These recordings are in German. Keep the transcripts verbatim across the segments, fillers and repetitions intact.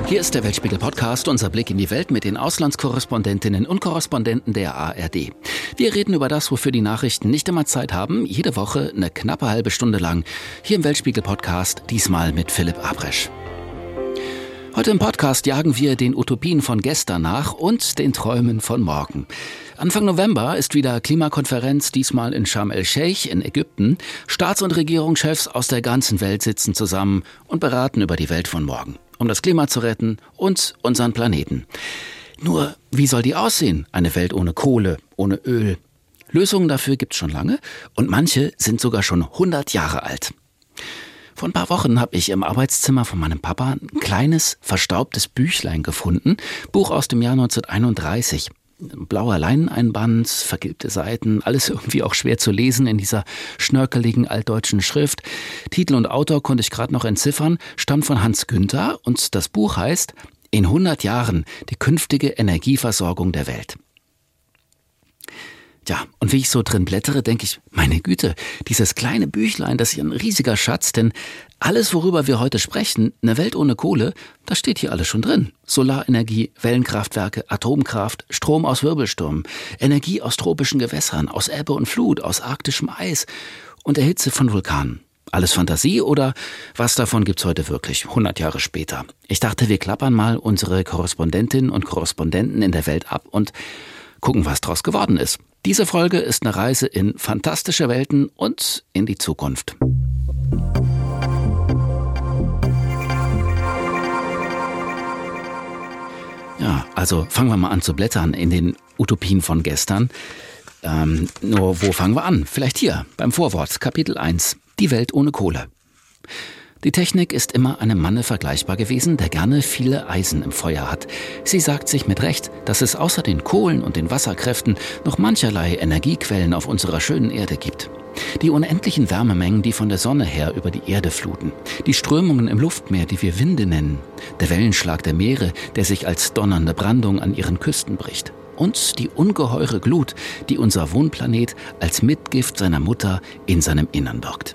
Hier ist der Weltspiegel-Podcast, unser Blick in die Welt mit den Auslandskorrespondentinnen und Korrespondenten der A R D. Wir reden über das, wofür die Nachrichten nicht immer Zeit haben, jede Woche eine knappe halbe Stunde lang. Hier im Weltspiegel-Podcast, diesmal mit Philipp Abresch. Heute im Podcast jagen wir den Utopien von gestern nach und den Träumen von morgen. Anfang November ist wieder Klimakonferenz, diesmal in Sharm el-Sheikh in Ägypten. Staats- und Regierungschefs aus der ganzen Welt sitzen zusammen und beraten über die Welt von morgen, um das Klima zu retten und unseren Planeten. Nur, wie soll die aussehen? Eine Welt ohne Kohle, ohne Öl. Lösungen dafür gibt's schon lange und manche sind sogar schon hundert Jahre alt. Vor ein paar Wochen habe ich im Arbeitszimmer von meinem Papa ein kleines, verstaubtes Büchlein gefunden. Buch aus dem Jahr neunzehnhunderteinunddreißig. Blauer Leineneinband, vergilbte Seiten, alles irgendwie auch schwer zu lesen in dieser schnörkeligen altdeutschen Schrift. Titel und Autor konnte ich gerade noch entziffern, stammt von Hans Günther und das Buch heißt In hundert Jahren, die künftige Energieversorgung der Welt. Ja, und wie ich so drin blättere, denke ich, meine Güte, dieses kleine Büchlein, das ist ja ein riesiger Schatz, denn alles, worüber wir heute sprechen, eine Welt ohne Kohle, das steht hier alles schon drin. Solarenergie, Wellenkraftwerke, Atomkraft, Strom aus Wirbelstürmen, Energie aus tropischen Gewässern, aus Ebbe und Flut, aus arktischem Eis und der Hitze von Vulkanen. Alles Fantasie oder was davon gibt's heute wirklich, hundert Jahre später? Ich dachte, wir klappern mal unsere Korrespondentinnen und Korrespondenten in der Welt ab und gucken, was draus geworden ist. Diese Folge ist eine Reise in fantastische Welten und in die Zukunft. Ja, also fangen wir mal an zu blättern in den Utopien von gestern. Ähm, nur wo fangen wir an? Vielleicht hier, beim Vorwort, Kapitel eins, die Welt ohne Kohle. Die Technik ist immer einem Manne vergleichbar gewesen, der gerne viele Eisen im Feuer hat. Sie sagt sich mit Recht, dass es außer den Kohlen und den Wasserkräften noch mancherlei Energiequellen auf unserer schönen Erde gibt. Die unendlichen Wärmemengen, die von der Sonne her über die Erde fluten. Die Strömungen im Luftmeer, die wir Winde nennen. Der Wellenschlag der Meere, der sich als donnernde Brandung an ihren Küsten bricht. Und die ungeheure Glut, die unser Wohnplanet als Mitgift seiner Mutter in seinem Innern birgt.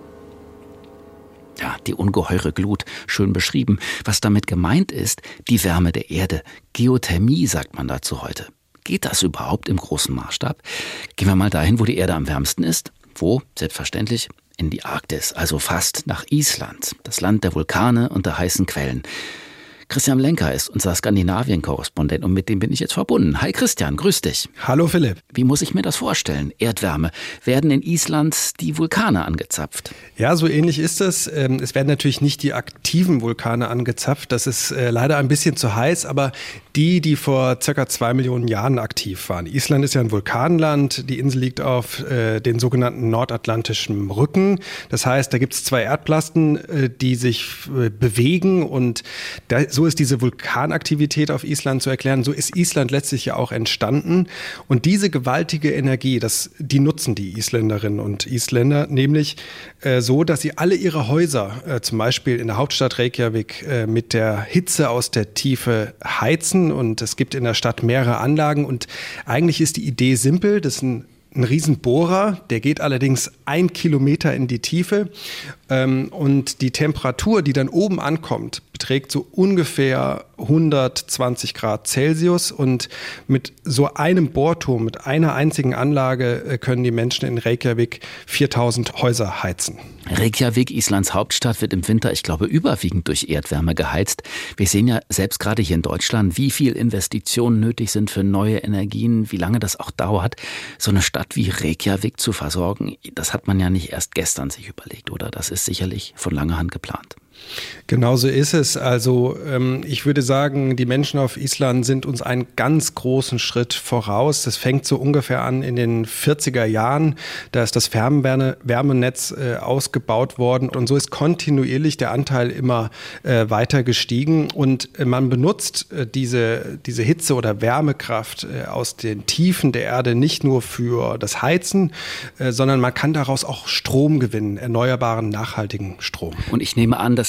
Ja, die ungeheure Glut, schön beschrieben. Was damit gemeint ist, die Wärme der Erde. Geothermie sagt man dazu heute. Geht das überhaupt im großen Maßstab? Gehen wir mal dahin, wo die Erde am wärmsten ist. Wo? Selbstverständlich in die Arktis, also fast nach Island. Das Land der Vulkane und der heißen Quellen. Christian Lenker ist unser Skandinavien-Korrespondent und mit dem bin ich jetzt verbunden. Hi Christian, grüß dich. Hallo Philipp. Wie muss ich mir das vorstellen? Erdwärme. Werden in Island die Vulkane angezapft? Ja, so ähnlich ist es. Es werden natürlich nicht die aktiven Vulkane angezapft. Das ist leider ein bisschen zu heiß, aber die, die vor circa zwei Millionen Jahren aktiv waren. Island ist ja ein Vulkanland. Die Insel liegt auf den sogenannten nordatlantischen Rücken. Das heißt, da gibt es zwei Erdplatten, die sich bewegen und da so ist diese Vulkanaktivität auf Island zu erklären. So ist Island letztlich ja auch entstanden. Und diese gewaltige Energie, das, die nutzen die Isländerinnen und Isländer, nämlich äh, so, dass sie alle ihre Häuser, äh, zum Beispiel in der Hauptstadt Reykjavik, äh, mit der Hitze aus der Tiefe heizen. Und es gibt in der Stadt mehrere Anlagen. Und eigentlich ist die Idee simpel. Das ist ein Ein Riesenbohrer, der geht allerdings ein Kilometer in die Tiefe ähm, und die Temperatur, die dann oben ankommt, beträgt so ungefähr hundertzwanzig Grad Celsius und mit so einem Bohrturm, mit einer einzigen Anlage äh, können die Menschen in Reykjavik viertausend Häuser heizen. Reykjavik, Islands Hauptstadt, wird im Winter, ich glaube, überwiegend durch Erdwärme geheizt. Wir sehen ja selbst gerade hier in Deutschland, wie viel Investitionen nötig sind für neue Energien, wie lange das auch dauert, so eine Stadt wie Reykjavik zu versorgen. Das hat man ja nicht erst gestern sich überlegt, oder? Das ist sicherlich von langer Hand geplant. Genau so ist es. Also ähm, ich würde sagen, die Menschen auf Island sind uns einen ganz großen Schritt voraus. Das fängt so ungefähr an in den vierziger Jahren. Da ist das Fernwärmenetz äh, ausgebaut worden und so ist kontinuierlich der Anteil immer äh, weiter gestiegen. Und äh, man benutzt äh, diese, diese Hitze- oder Wärmekraft äh, aus den Tiefen der Erde nicht nur für das Heizen, äh, sondern man kann daraus auch Strom gewinnen, erneuerbaren, nachhaltigen Strom. Und ich nehme an, das ist viel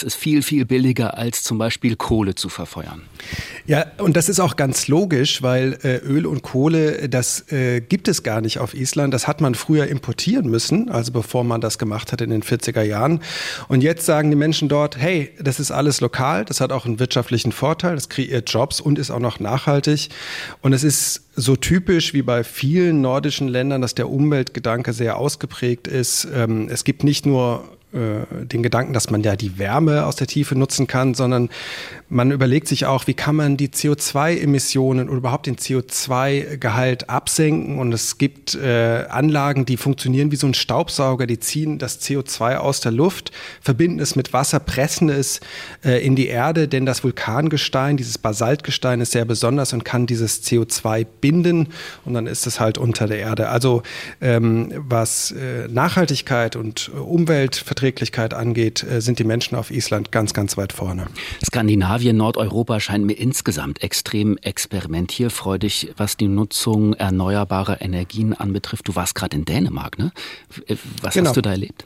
viel billiger als zum Beispiel Kohle zu verfeuern. Ja, und das ist auch ganz logisch, weil äh, Öl und Kohle, das äh, gibt es gar nicht auf Island. Das hat man früher importieren müssen, also bevor man das gemacht hat in den vierziger Jahren. Und jetzt sagen die Menschen dort, hey, das ist alles lokal, das hat auch einen wirtschaftlichen Vorteil, das kreiert Jobs und ist auch noch nachhaltig. Und es ist so typisch wie bei vielen nordischen Ländern, dass der Umweltgedanke sehr ausgeprägt ist. Ähm, es gibt nicht nur den Gedanken, dass man ja die Wärme aus der Tiefe nutzen kann, sondern man überlegt sich auch, wie kann man die C O zwei Emissionen oder überhaupt den C O zwei Gehalt absenken. Und es gibt äh, Anlagen, die funktionieren wie so ein Staubsauger, die ziehen das C O zwei aus der Luft, verbinden es mit Wasser, pressen es äh, in die Erde, denn das Vulkangestein, dieses Basaltgestein ist sehr besonders und kann dieses C O zwei binden und dann ist es halt unter der Erde. Also ähm, was äh, Nachhaltigkeit und äh, Umweltverträglichkeit angeht, sind die Menschen auf Island ganz, ganz weit vorne. Skandinavien, Nordeuropa scheint mir insgesamt extrem experimentierfreudig, was die Nutzung erneuerbarer Energien anbetrifft. Du warst gerade in Dänemark, ne? Was genau. hast du da erlebt?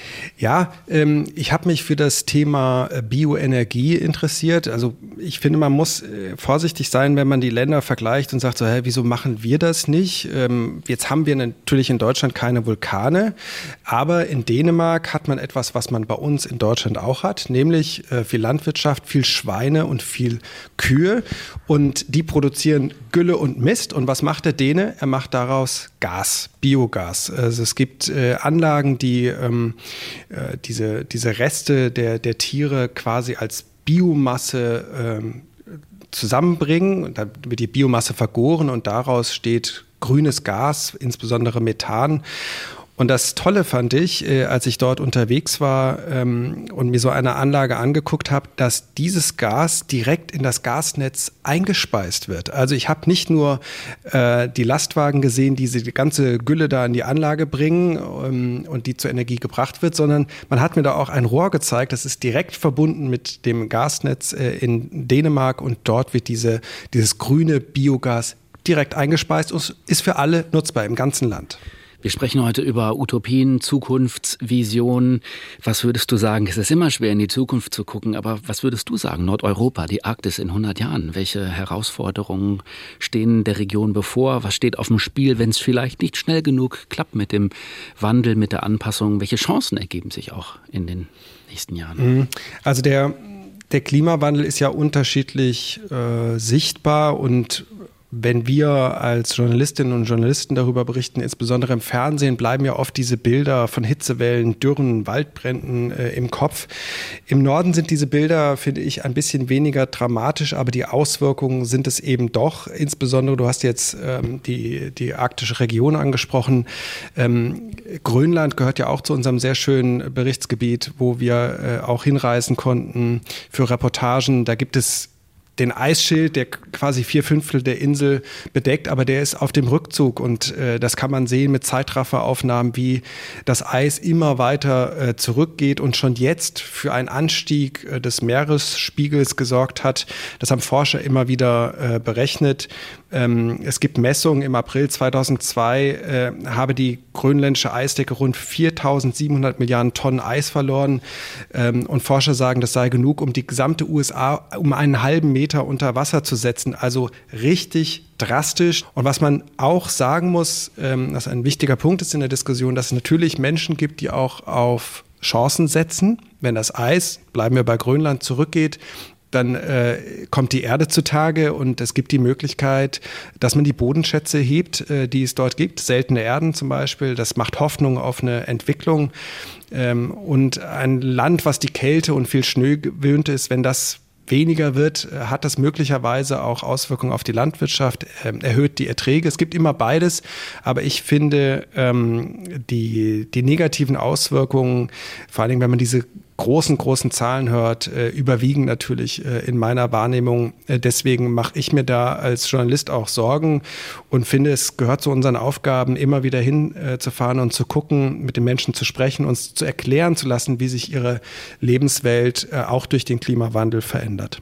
Ja, ähm, ich habe mich für das Thema Bioenergie interessiert. Also ich finde, man muss äh, vorsichtig sein, wenn man die Länder vergleicht und sagt so, hä, wieso machen wir das nicht? Ähm, jetzt haben wir natürlich in Deutschland keine Vulkane, aber in Dänemark hat man etwas, was man bei uns in Deutschland auch hat, nämlich äh, viel Landwirtschaft, viel Schweine und viel Kühe und die produzieren Gülle und Mist. Und was macht der Däne? Er macht daraus Gas, Biogas. Also es gibt äh, Anlagen, die ähm, äh, diese, diese Reste der, der Tiere quasi als Biomasse ähm, zusammenbringen. Da wird die Biomasse vergoren und daraus steht grünes Gas, insbesondere Methan. Und das Tolle fand ich, äh, als ich dort unterwegs war ähm, und mir so eine Anlage angeguckt habe, dass dieses Gas direkt in das Gasnetz eingespeist wird. Also ich habe nicht nur äh, die Lastwagen gesehen, die die ganze Gülle da in die Anlage bringen ähm, und die zur Energie gebracht wird, sondern man hat mir da auch ein Rohr gezeigt, das ist direkt verbunden mit dem Gasnetz äh, in Dänemark und dort wird diese, dieses grüne Biogas direkt eingespeist und ist für alle nutzbar im ganzen Land. Wir sprechen heute über Utopien, Zukunftsvisionen. Was würdest du sagen? Es ist immer schwer, in die Zukunft zu gucken, aber was würdest du sagen? Nordeuropa, die Arktis in hundert Jahren. Welche Herausforderungen stehen der Region bevor? Was steht auf dem Spiel, wenn es vielleicht nicht schnell genug klappt mit dem Wandel, mit der Anpassung? Welche Chancen ergeben sich auch in den nächsten Jahren? Also der, der Klimawandel ist ja unterschiedlich äh, sichtbar und wenn wir als Journalistinnen und Journalisten darüber berichten, insbesondere im Fernsehen, bleiben ja oft diese Bilder von Hitzewellen, Dürren, Waldbränden äh, im Kopf. Im Norden sind diese Bilder, finde ich, ein bisschen weniger dramatisch, aber die Auswirkungen sind es eben doch. Insbesondere, du hast jetzt ähm, die, die arktische Region angesprochen. Ähm, Grönland gehört ja auch zu unserem sehr schönen Berichtsgebiet, wo wir äh, auch hinreisen konnten für Reportagen. Da gibt es den Eisschild, der quasi vier Fünftel der Insel bedeckt, aber der ist auf dem Rückzug und äh, das kann man sehen mit Zeitrafferaufnahmen, wie das Eis immer weiter äh, zurückgeht und schon jetzt für einen Anstieg äh, des Meeresspiegels gesorgt hat. Das haben Forscher immer wieder äh, berechnet. Ähm, es gibt Messungen, im April zweitausendzwei äh, habe die grönländische Eisdecke rund viertausendsiebenhundert Milliarden Tonnen Eis verloren ähm, und Forscher sagen, das sei genug, um die gesamte U S A um einen halben Meter unter Wasser zu setzen, also richtig drastisch. Und was man auch sagen muss, ähm, das ein wichtiger Punkt ist in der Diskussion, dass es natürlich Menschen gibt, die auch auf Chancen setzen. Wenn das Eis, bleiben wir bei Grönland, zurückgeht, dann äh, kommt die Erde zutage und es gibt die Möglichkeit, dass man die Bodenschätze hebt, äh, die es dort gibt, seltene Erden zum Beispiel. Das macht Hoffnung auf eine Entwicklung. Ähm, und ein Land, was die Kälte und viel Schnee gewöhnt ist, wenn das weniger wird, hat das möglicherweise auch Auswirkungen auf die Landwirtschaft, äh, erhöht die Erträge. Es gibt immer beides, aber ich finde, ähm, die, die negativen Auswirkungen, vor allen Dingen, wenn man diese großen, großen Zahlen hört, äh, überwiegen natürlich äh, in meiner Wahrnehmung. Äh, deswegen mache ich mir da als Journalist auch Sorgen und finde, es gehört zu unseren Aufgaben, immer wieder hinzufahren äh, und zu gucken, mit den Menschen zu sprechen, uns zu erklären zu lassen, wie sich ihre Lebenswelt äh, auch durch den Klimawandel verändert.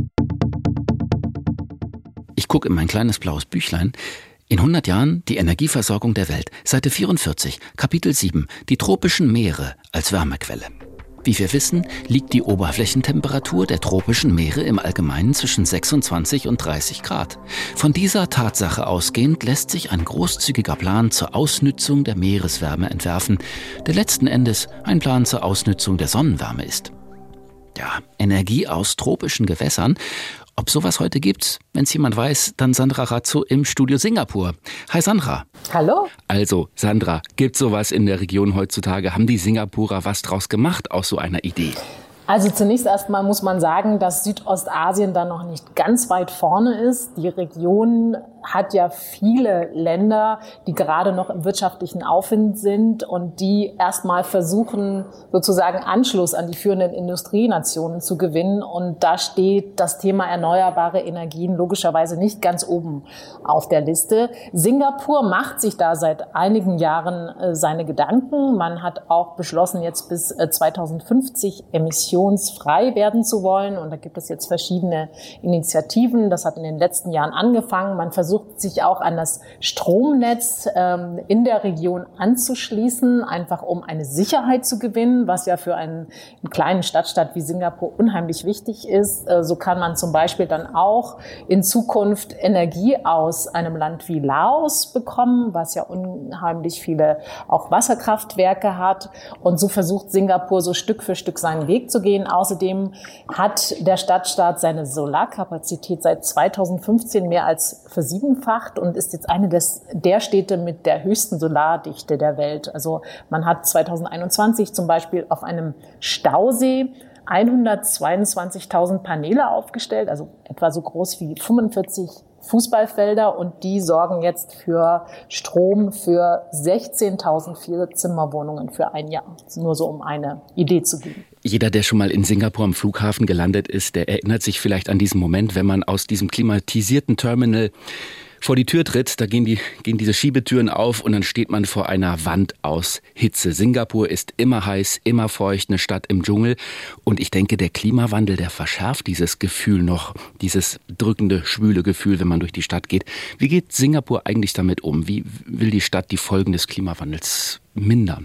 Ich gucke in mein kleines blaues Büchlein. In hundert Jahren die Energieversorgung der Welt. Seite vierundvierzig, Kapitel sieben. Die tropischen Meere als Wärmequelle. Wie wir wissen, liegt die Oberflächentemperatur der tropischen Meere im Allgemeinen zwischen sechsundzwanzig und dreißig Grad. Von dieser Tatsache ausgehend lässt sich ein großzügiger Plan zur Ausnützung der Meereswärme entwerfen, der letzten Endes ein Plan zur Ausnützung der Sonnenwärme ist. Ja, Energie aus tropischen Gewässern. Ob sowas heute gibt, wenn es jemand weiß, dann Sandra Razzo im Studio Singapur. Hi Sandra. Hallo. Also Sandra, gibt sowas in der Region heutzutage? Haben die Singapurer was draus gemacht aus so einer Idee? Also zunächst erstmal muss man sagen, dass Südostasien da noch nicht ganz weit vorne ist. Die Region hat ja viele Länder, die gerade noch im wirtschaftlichen Aufwind sind und die erstmal versuchen, sozusagen Anschluss an die führenden Industrienationen zu gewinnen. Und da steht das Thema erneuerbare Energien logischerweise nicht ganz oben auf der Liste. Singapur macht sich da seit einigen Jahren äh, seine Gedanken. Man hat auch beschlossen, jetzt bis äh, zweitausendfünfzig emissionsfrei werden zu wollen. Und da gibt es jetzt verschiedene Initiativen. Das hat in den letzten Jahren angefangen. Man versucht, sich auch an das Stromnetz ähm, in der Region anzuschließen, einfach um eine Sicherheit zu gewinnen, was ja für einen, einen kleinen Stadtstaat wie Singapur unheimlich wichtig ist. Äh, so kann man zum Beispiel dann auch in Zukunft Energie aus einem Land wie Laos bekommen, was ja unheimlich viele auch Wasserkraftwerke hat. Und so versucht Singapur so Stück für Stück seinen Weg zu gehen. Außerdem hat der Stadtstaat seine Solarkapazität seit zweitausendfünfzehn mehr als versiebenfacht und ist jetzt eine des, der Städte mit der höchsten Solardichte der Welt. Also man hat zweitausendeinundzwanzig zum Beispiel auf einem Stausee hundertzweiundzwanzigtausend Paneele aufgestellt, also etwa so groß wie fünfundvierzig Fußballfelder, und die sorgen jetzt für Strom für sechzehntausend Vierzimmerwohnungen für ein Jahr. Nur so, um eine Idee zu geben. Jeder, der schon mal in Singapur am Flughafen gelandet ist, der erinnert sich vielleicht an diesen Moment, wenn man aus diesem klimatisierten Terminal vor die Tür tritt, da gehen die gehen diese Schiebetüren auf und dann steht man vor einer Wand aus Hitze. Singapur ist immer heiß, immer feucht, eine Stadt im Dschungel. Und ich denke, der Klimawandel, der verschärft dieses Gefühl noch, dieses drückende, schwüle Gefühl, wenn man durch die Stadt geht. Wie geht Singapur eigentlich damit um? Wie will die Stadt die Folgen des Klimawandels mindern?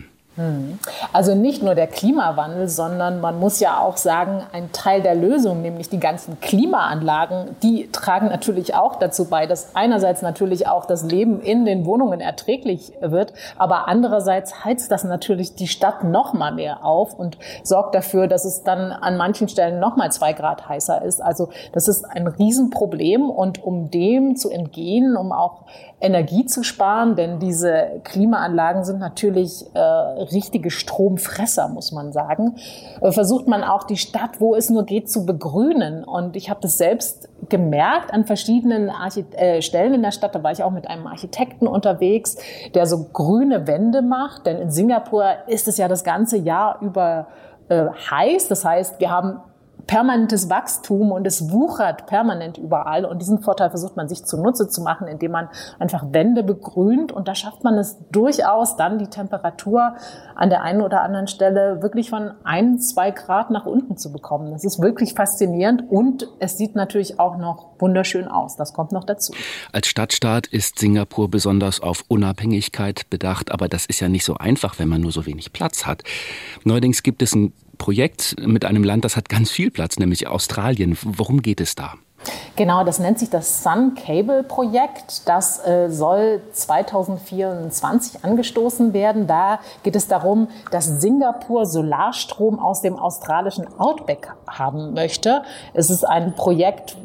Also nicht nur der Klimawandel, sondern man muss ja auch sagen, ein Teil der Lösung, nämlich die ganzen Klimaanlagen, die tragen natürlich auch dazu bei, dass einerseits natürlich auch das Leben in den Wohnungen erträglich wird, aber andererseits heizt das natürlich die Stadt noch mal mehr auf und sorgt dafür, dass es dann an manchen Stellen noch mal zwei Grad heißer ist. Also das ist ein Riesenproblem, und um dem zu entgehen, um auch Energie zu sparen, denn diese Klimaanlagen sind natürlich äh, richtige Stromfresser, muss man sagen, äh, versucht man auch die Stadt, wo es nur geht, zu begrünen. Und ich habe das selbst gemerkt an verschiedenen Archite- äh, Stellen in der Stadt. Da war ich auch mit einem Architekten unterwegs, der so grüne Wände macht. Denn in Singapur ist es ja das ganze Jahr über äh, heiß. Das heißt, wir haben permanentes Wachstum und es wuchert permanent überall, und diesen Vorteil versucht man sich zunutze zu machen, indem man einfach Wände begrünt, und da schafft man es durchaus dann, die Temperatur an der einen oder anderen Stelle wirklich von ein, zwei Grad nach unten zu bekommen. Das ist wirklich faszinierend, und es sieht natürlich auch noch wunderschön aus. Das kommt noch dazu. Als Stadtstaat ist Singapur besonders auf Unabhängigkeit bedacht, aber das ist ja nicht so einfach, wenn man nur so wenig Platz hat. Neuerdings gibt es ein Projekt mit einem Land, das hat ganz viel Platz, nämlich Australien. Worum geht es da? Genau, das nennt sich das Sun Cable Projekt. Das äh, soll zweitausendvierundzwanzig angestoßen werden. Da geht es darum, dass Singapur Solarstrom aus dem australischen Outback haben möchte. Es ist ein Projekt,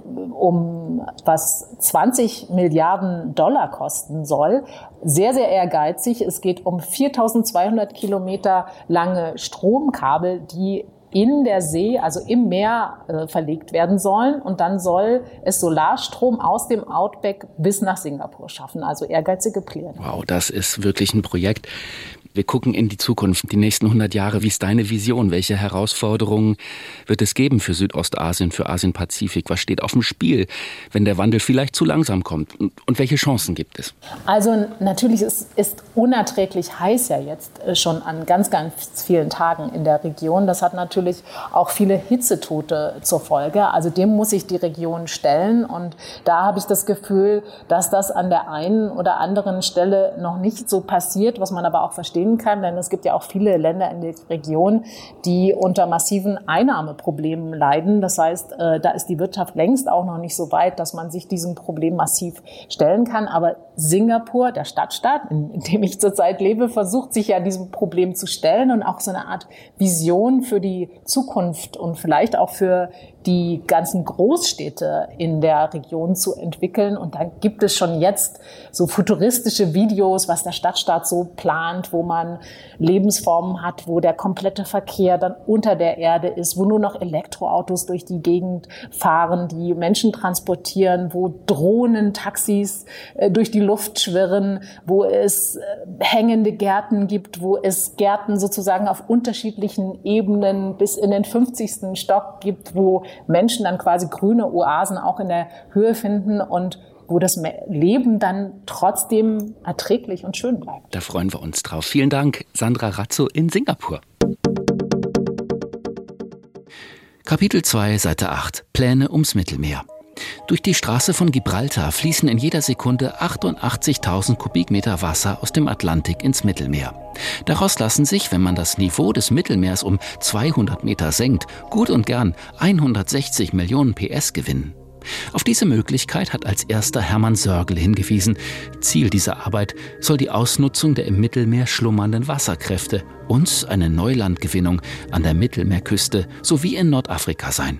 um was zwanzig Milliarden Dollar kosten soll. Sehr, sehr ehrgeizig. Es geht um viertausendzweihundert Kilometer lange Stromkabel, die in der See, also im Meer äh, verlegt werden sollen. Und dann soll es Solarstrom aus dem Outback bis nach Singapur schaffen. Also ehrgeizige Pläne. Wow, das ist wirklich ein Projekt. Wir gucken in die Zukunft, die nächsten hundert Jahre. Wie ist deine Vision? Welche Herausforderungen wird es geben für Südostasien, für Asien-Pazifik? Was steht auf dem Spiel, wenn der Wandel vielleicht zu langsam kommt? Und welche Chancen gibt es? Also natürlich ist, ist unerträglich heiß ja jetzt schon an ganz, ganz vielen Tagen in der Region. Das hat natürlich auch viele Hitzetote zur Folge. Also dem muss sich die Region stellen. Und da habe ich das Gefühl, dass das an der einen oder anderen Stelle noch nicht so passiert, was man aber auch versteht, verstehen kann, denn es gibt ja auch viele Länder in der Region, die unter massiven Einnahmeproblemen leiden. Das heißt, da ist die Wirtschaft längst auch noch nicht so weit, dass man sich diesem Problem massiv stellen kann. Aber Singapur, der Stadtstaat, in dem ich zurzeit lebe, versucht sich ja diesem Problem zu stellen und auch so eine Art Vision für die Zukunft und vielleicht auch für die ganzen Großstädte in der Region zu entwickeln. Und da gibt es schon jetzt so futuristische Videos, was der Stadtstaat so plant, wo man Lebensformen hat, wo der komplette Verkehr dann unter der Erde ist, wo nur noch Elektroautos durch die Gegend fahren, die Menschen transportieren, wo Drohnen, Taxis äh, durch die Luft schwirren, wo es äh, hängende Gärten gibt, wo es Gärten sozusagen auf unterschiedlichen Ebenen bis in den fünfzigsten Stock gibt, wo Menschen dann quasi grüne Oasen auch in der Höhe finden und wo das Leben dann trotzdem erträglich und schön bleibt. Da freuen wir uns drauf. Vielen Dank, Sandra Razzo in Singapur. Kapitel zwei, Seite acht. Pläne ums Mittelmeer. Durch die Straße von Gibraltar fließen in jeder Sekunde achtundachtzigtausend Kubikmeter Wasser aus dem Atlantik ins Mittelmeer. Daraus lassen sich, wenn man das Niveau des Mittelmeers um zweihundert Meter senkt, gut und gern hundertsechzig Millionen P S gewinnen. Auf diese Möglichkeit hat als erster Hermann Sörgel hingewiesen. Ziel dieser Arbeit soll die Ausnutzung der im Mittelmeer schlummernden Wasserkräfte und eine Neulandgewinnung an der Mittelmeerküste sowie in Nordafrika sein.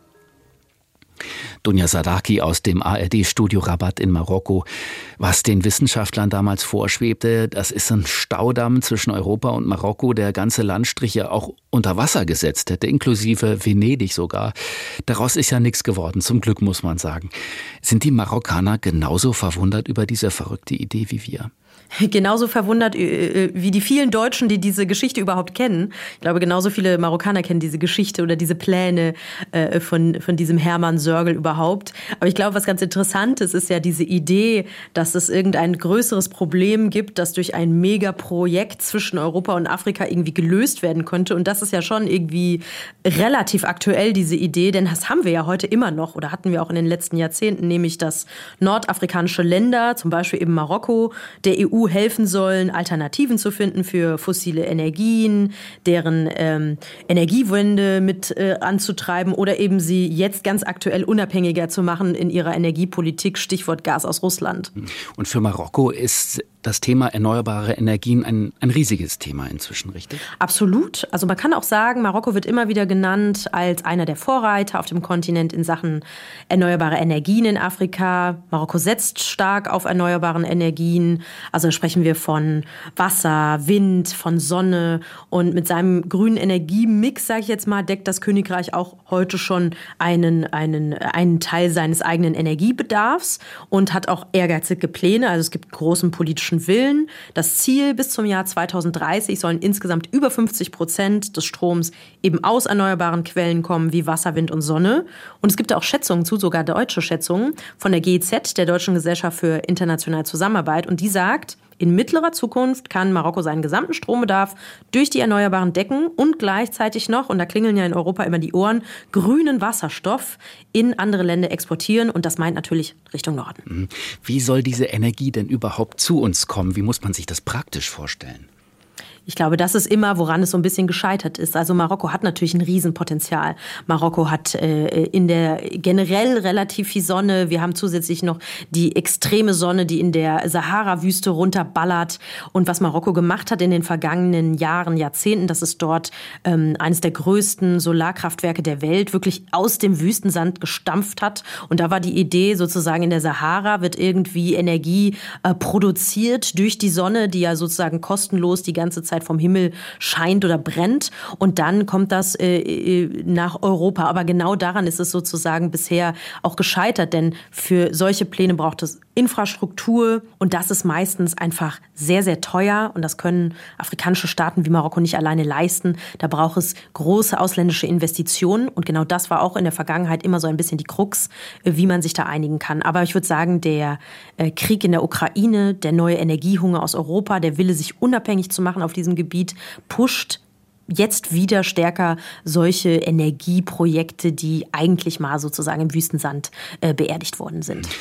Dunja Sadaki aus dem A R D-Studio Rabat in Marokko. Was den Wissenschaftlern damals vorschwebte, das ist ein Staudamm zwischen Europa und Marokko, der ganze Landstriche auch unter Wasser gesetzt hätte, inklusive Venedig sogar. Daraus ist ja nichts geworden, zum Glück muss man sagen. Sind die Marokkaner genauso verwundert über diese verrückte Idee wie wir? Genauso verwundert wie die vielen Deutschen, die diese Geschichte überhaupt kennen. Ich glaube, genauso viele Marokkaner kennen diese Geschichte oder diese Pläne von, von diesem Hermann Sörgel überhaupt. Aber ich glaube, was ganz interessant ist, ist ja diese Idee, dass es irgendein größeres Problem gibt, das durch ein Megaprojekt zwischen Europa und Afrika irgendwie gelöst werden könnte. Und das ist ja schon irgendwie relativ aktuell, diese Idee, denn das haben wir ja heute immer noch oder hatten wir auch in den letzten Jahrzehnten, nämlich dass nordafrikanische Länder, zum Beispiel eben Marokko, der E U helfen sollen, Alternativen zu finden für fossile Energien, deren ähm, Energiewende mit äh, anzutreiben oder eben sie jetzt ganz aktuell unabhängiger zu machen in ihrer Energiepolitik, Stichwort Gas aus Russland. Und für Marokko ist das Thema erneuerbare Energien ein, ein riesiges Thema inzwischen, richtig? Absolut. Also man kann auch sagen, Marokko wird immer wieder genannt als einer der Vorreiter auf dem Kontinent in Sachen erneuerbare Energien in Afrika. Marokko setzt stark auf erneuerbaren Energien. Also sprechen wir von Wasser, Wind, von Sonne. Und mit seinem grünen Energiemix, sage ich jetzt mal, deckt das Königreich auch heute schon einen, einen, einen Teil seines eigenen Energiebedarfs und hat auch ehrgeizige Pläne. Also es gibt großen politischen Willen. Das Ziel bis zum Jahr zweitausenddreißig sollen insgesamt über fünfzig Prozent des Stroms eben aus erneuerbaren Quellen kommen, wie Wasser, Wind und Sonne. Und es gibt auch Schätzungen zu, sogar deutsche Schätzungen von der G E Z, der Deutschen Gesellschaft für internationale Zusammenarbeit. Und die sagt, in mittlerer Zukunft kann Marokko seinen gesamten Strombedarf durch die Erneuerbaren decken und gleichzeitig noch, und da klingeln ja in Europa immer die Ohren, grünen Wasserstoff in andere Länder exportieren. Und das meint natürlich Richtung Norden. Wie soll diese Energie denn überhaupt zu uns kommen? Wie muss man sich das praktisch vorstellen? Ich glaube, das ist immer, woran es so ein bisschen gescheitert ist. Also Marokko hat natürlich ein Riesenpotenzial. Marokko hat äh, in der generell relativ viel Sonne. Wir haben zusätzlich noch die extreme Sonne, die in der Sahara-Wüste runterballert. Und was Marokko gemacht hat in den vergangenen Jahren, Jahrzehnten, das ist dort ähm, eines der größten Solarkraftwerke der Welt, wirklich aus dem Wüstensand gestampft hat. Und da war die Idee sozusagen, in der Sahara wird irgendwie Energie äh, produziert durch die Sonne, die ja sozusagen kostenlos die ganze Zeit vom Himmel scheint oder brennt, und dann kommt das äh, nach Europa. Aber genau daran ist es sozusagen bisher auch gescheitert, denn für solche Pläne braucht es Infrastruktur, und das ist meistens einfach sehr, sehr teuer, und das können afrikanische Staaten wie Marokko nicht alleine leisten. Da braucht es große ausländische Investitionen, und genau das war auch in der Vergangenheit immer so ein bisschen die Krux, wie man sich da einigen kann. Aber ich würde sagen, der äh, Krieg in der Ukraine, der neue Energiehunger aus Europa, der Wille, sich unabhängig zu machen auf diesem Gebiet, pusht jetzt wieder stärker solche Energieprojekte, die eigentlich mal sozusagen im Wüstensand äh, beerdigt worden sind.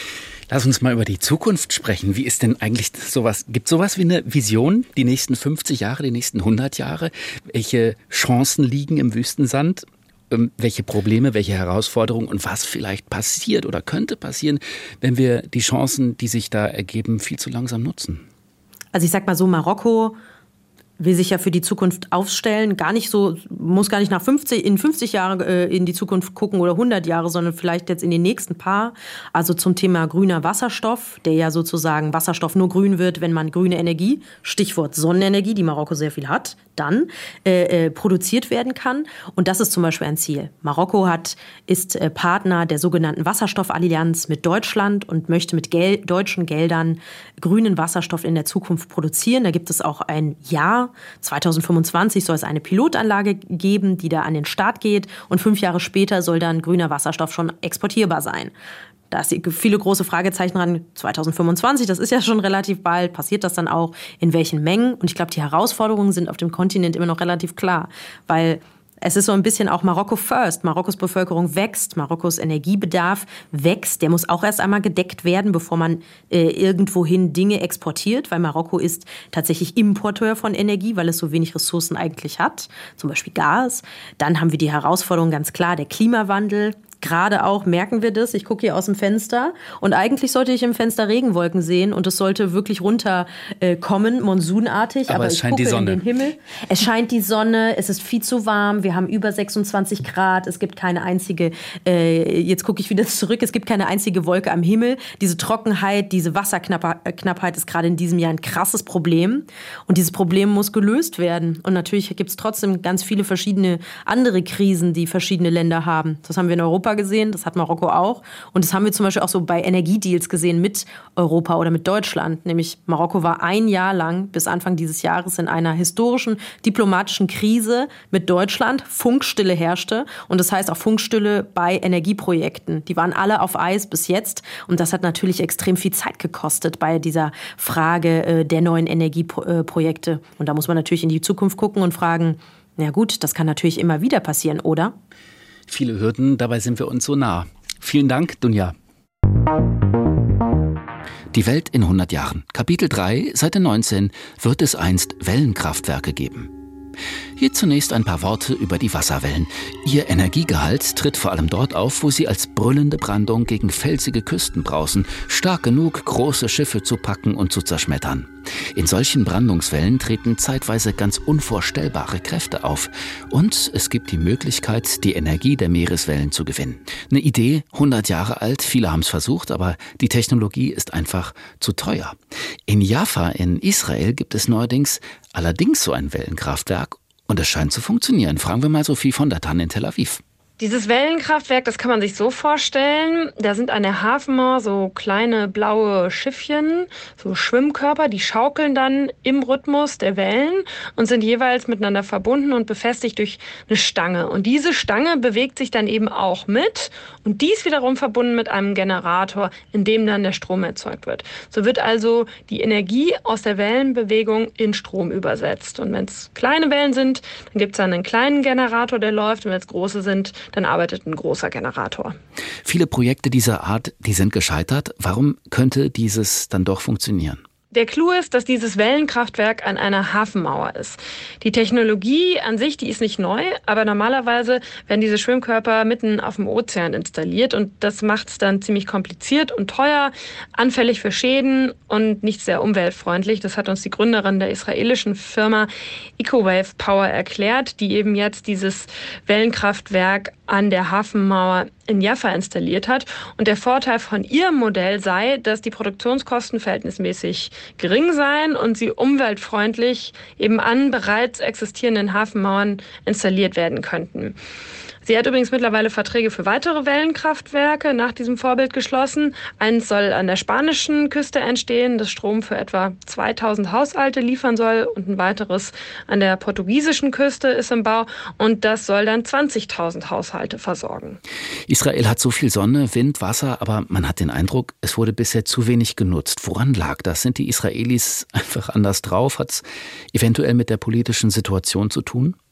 Lass uns mal über die Zukunft sprechen. Wie ist denn eigentlich sowas? Gibt es sowas wie eine Vision, die nächsten fünfzig Jahre, die nächsten hundert Jahre? Welche Chancen liegen im Wüstensand? Welche Probleme, welche Herausforderungen und was vielleicht passiert oder könnte passieren, wenn wir die Chancen, die sich da ergeben, viel zu langsam nutzen? Also ich sag mal so, Marokko will sich ja für die Zukunft aufstellen, gar nicht so, muss gar nicht nach fünfzig, in fünfzig Jahre äh, in die Zukunft gucken oder hundert Jahre, sondern vielleicht jetzt in den nächsten paar. Also zum Thema grüner Wasserstoff, der ja sozusagen Wasserstoff nur grün wird, wenn man grüne Energie, Stichwort Sonnenenergie, die Marokko sehr viel hat, dann äh, äh, produziert werden kann. Und das ist zum Beispiel ein Ziel. Marokko hat, ist äh, Partner der sogenannten Wasserstoffallianz mit Deutschland und möchte mit Gel- deutschen Geldern grünen Wasserstoff in der Zukunft produzieren. Da gibt es auch ein Jahr. zwanzig fünfundzwanzig soll es eine Pilotanlage geben, die da an den Start geht. Und fünf Jahre später soll dann grüner Wasserstoff schon exportierbar sein. Da ist viele große Fragezeichen dran. zwanzig fünfundzwanzig, das ist ja schon relativ bald. Passiert das dann auch? In welchen Mengen? Und ich glaube, die Herausforderungen sind auf dem Kontinent immer noch relativ klar. Weil es ist so ein bisschen auch Marokko first. Marokkos Bevölkerung wächst, Marokkos Energiebedarf wächst. Der muss auch erst einmal gedeckt werden, bevor man äh, irgendwohin Dinge exportiert, weil Marokko ist tatsächlich Importeur von Energie, weil es so wenig Ressourcen eigentlich hat, zum Beispiel Gas. Dann haben wir die Herausforderung ganz klar, der Klimawandel. Gerade auch merken wir das. Ich gucke hier aus dem Fenster und eigentlich sollte ich im Fenster Regenwolken sehen und es sollte wirklich runterkommen, äh, monsunartig. Aber, aber es ich scheint gucke die Sonne. in den Himmel. Es scheint die Sonne, es ist viel zu warm, wir haben über sechsundzwanzig Grad, es gibt keine einzige, äh, jetzt gucke ich wieder zurück, es gibt keine einzige Wolke am Himmel. Diese Trockenheit, diese Wasserknappheit ist gerade in diesem Jahr ein krasses Problem und dieses Problem muss gelöst werden. Und natürlich gibt es trotzdem ganz viele verschiedene andere Krisen, die verschiedene Länder haben. Das haben wir in Europa gesehen, das hat Marokko auch. Und das haben wir zum Beispiel auch so bei Energiedeals gesehen mit Europa oder mit Deutschland. Nämlich Marokko war ein Jahr lang bis Anfang dieses Jahres in einer historischen diplomatischen Krise mit Deutschland. Funkstille herrschte und das heißt auch Funkstille bei Energieprojekten. Die waren alle auf Eis bis jetzt und das hat natürlich extrem viel Zeit gekostet bei dieser Frage äh, der neuen Energieprojekte. Und da muss man natürlich in die Zukunft gucken und fragen, na gut, das kann natürlich immer wieder passieren, oder? Viele Hürden, dabei sind wir uns so nah. Vielen Dank, Dunja. Die Welt in hundert Jahren. Kapitel drei, Seite neunzehn, wird es einst Wellenkraftwerke geben. Hier zunächst ein paar Worte über die Wasserwellen. Ihr Energiegehalt tritt vor allem dort auf, wo sie als brüllende Brandung gegen felsige Küsten brausen, stark genug, große Schiffe zu packen und zu zerschmettern. In solchen Brandungswellen treten zeitweise ganz unvorstellbare Kräfte auf. Und es gibt die Möglichkeit, die Energie der Meereswellen zu gewinnen. Eine Idee, hundert Jahre alt, viele haben es versucht, aber die Technologie ist einfach zu teuer. In Jaffa in Israel gibt es neuerdings allerdings so ein Wellenkraftwerk und es scheint zu funktionieren. Fragen wir mal Sophie von der Tann in Tel Aviv. Dieses Wellenkraftwerk, das kann man sich so vorstellen, da sind an der Hafenmauer so kleine blaue Schiffchen, so Schwimmkörper, die schaukeln dann im Rhythmus der Wellen und sind jeweils miteinander verbunden und befestigt durch eine Stange. Und diese Stange bewegt sich dann eben auch mit und die ist wiederum verbunden mit einem Generator, in dem dann der Strom erzeugt wird. So wird also die Energie aus der Wellenbewegung in Strom übersetzt. Und wenn es kleine Wellen sind, dann gibt es dann einen kleinen Generator, der läuft, und wenn es große sind, dann arbeitet ein großer Generator. Viele Projekte dieser Art, die sind gescheitert. Warum könnte dieses dann doch funktionieren? Der Clou ist, dass dieses Wellenkraftwerk an einer Hafenmauer ist. Die Technologie an sich, die ist nicht neu, aber normalerweise werden diese Schwimmkörper mitten auf dem Ozean installiert und das macht es dann ziemlich kompliziert und teuer, anfällig für Schäden und nicht sehr umweltfreundlich. Das hat uns die Gründerin der israelischen Firma Ecowave Power erklärt, die eben jetzt dieses Wellenkraftwerk an der Hafenmauer in Jaffa installiert hat. Und der Vorteil von ihrem Modell sei, dass die Produktionskosten verhältnismäßig gering seien und sie umweltfreundlich eben an bereits existierenden Hafenmauern installiert werden könnten. Sie hat übrigens mittlerweile Verträge für weitere Wellenkraftwerke nach diesem Vorbild geschlossen. Eins soll an der spanischen Küste entstehen, das Strom für etwa zweitausend Haushalte liefern soll, und ein weiteres an der portugiesischen Küste ist im Bau und das soll dann zwanzigtausend Haushalte versorgen. Israel hat so viel Sonne, Wind, Wasser, aber man hat den Eindruck, es wurde bisher zu wenig genutzt. Woran lag das? Sind die Israelis einfach anders drauf? Hat es eventuell mit der politischen Situation zu tun?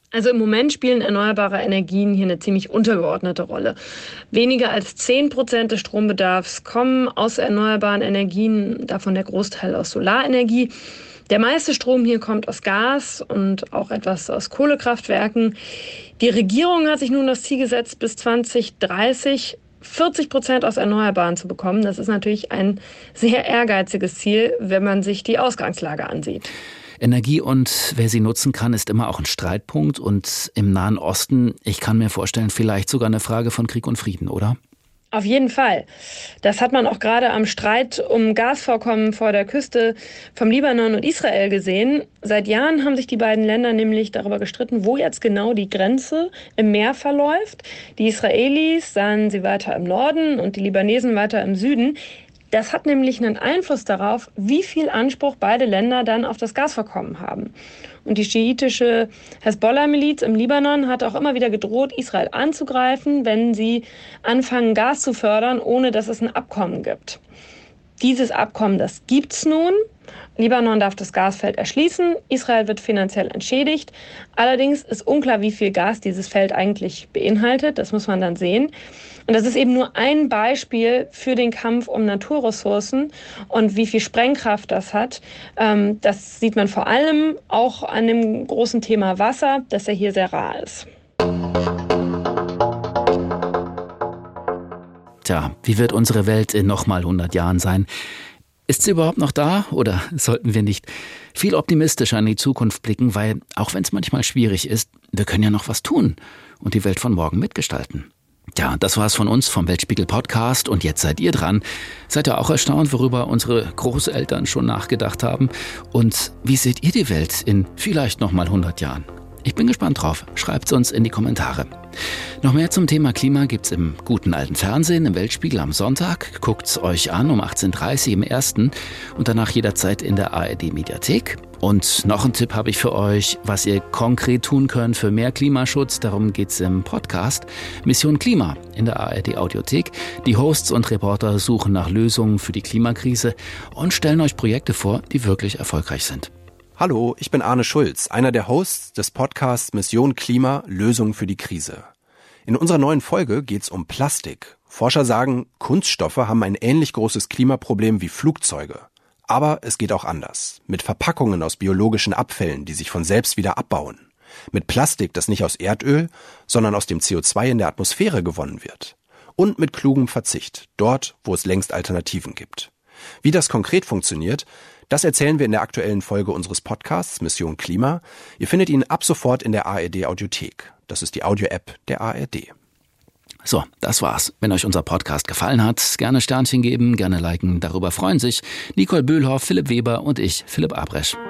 Also im Moment spielen erneuerbare Energien hier eine ziemlich untergeordnete Rolle. Weniger als zehn Prozent des Strombedarfs kommen aus erneuerbaren Energien, davon der Großteil aus Solarenergie. Der meiste Strom hier kommt aus Gas und auch etwas aus Kohlekraftwerken. Die Regierung hat sich nun das Ziel gesetzt, bis zwanzig dreißig vierzig Prozent aus Erneuerbaren zu bekommen. Das ist natürlich ein sehr ehrgeiziges Ziel, wenn man sich die Ausgangslage ansieht. Energie und wer sie nutzen kann, ist immer auch ein Streitpunkt. Und im Nahen Osten, ich kann mir vorstellen, vielleicht sogar eine Frage von Krieg und Frieden, oder? Auf jeden Fall. Das hat man auch gerade am Streit um Gasvorkommen vor der Küste vom Libanon und Israel gesehen. Seit Jahren haben sich die beiden Länder nämlich darüber gestritten, wo jetzt genau die Grenze im Meer verläuft. Die Israelis sahen sie weiter im Norden und die Libanesen weiter im Süden. Das hat nämlich einen Einfluss darauf, wie viel Anspruch beide Länder dann auf das Gasvorkommen haben. Und die schiitische Hezbollah-Miliz im Libanon hat auch immer wieder gedroht, Israel anzugreifen, wenn sie anfangen, Gas zu fördern, ohne dass es ein Abkommen gibt. Dieses Abkommen, das gibt's nun. Libanon darf das Gasfeld erschließen, Israel wird finanziell entschädigt. Allerdings ist unklar, wie viel Gas dieses Feld eigentlich beinhaltet. Das muss man dann sehen. Und das ist eben nur ein Beispiel für den Kampf um Naturressourcen und wie viel Sprengkraft das hat. Das sieht man vor allem auch an dem großen Thema Wasser, das ja hier sehr rar ist. Tja, wie wird unsere Welt in nochmal hundert Jahren sein? Ist sie überhaupt noch da oder sollten wir nicht viel optimistischer in die Zukunft blicken, weil auch wenn es manchmal schwierig ist, wir können ja noch was tun und die Welt von morgen mitgestalten. Ja, das war's von uns vom Weltspiegel Podcast und jetzt seid ihr dran. Seid ihr auch erstaunt, worüber unsere Großeltern schon nachgedacht haben? Und wie seht ihr die Welt in vielleicht noch mal hundert Jahren? Ich bin gespannt drauf. Schreibt's uns in die Kommentare. Noch mehr zum Thema Klima gibt's im guten alten Fernsehen, im Weltspiegel am Sonntag. Guckt's euch an um achtzehn Uhr dreißig im ersten und danach jederzeit in der A R D-Mediathek. Und noch ein Tipp habe ich für euch, was ihr konkret tun könnt für mehr Klimaschutz. Darum geht's im Podcast Mission Klima in der A R D-Audiothek. Die Hosts und Reporter suchen nach Lösungen für die Klimakrise und stellen euch Projekte vor, die wirklich erfolgreich sind. Hallo, ich bin Arne Schulz, einer der Hosts des Podcasts Mission Klima – Lösungen für die Krise. In unserer neuen Folge geht's um Plastik. Forscher sagen, Kunststoffe haben ein ähnlich großes Klimaproblem wie Flugzeuge. Aber es geht auch anders. Mit Verpackungen aus biologischen Abfällen, die sich von selbst wieder abbauen. Mit Plastik, das nicht aus Erdöl, sondern aus dem C O zwei in der Atmosphäre gewonnen wird. Und mit klugem Verzicht, dort, wo es längst Alternativen gibt. Wie das konkret funktioniert, das erzählen wir in der aktuellen Folge unseres Podcasts Mission Klima. Ihr findet ihn ab sofort in der A R D-Audiothek. Das ist die Audio-App der A R D. So, das war's. Wenn euch unser Podcast gefallen hat, gerne Sternchen geben, gerne liken. Darüber freuen sich Nicole Böhlhoff, Philipp Weber und ich, Philipp Abresch.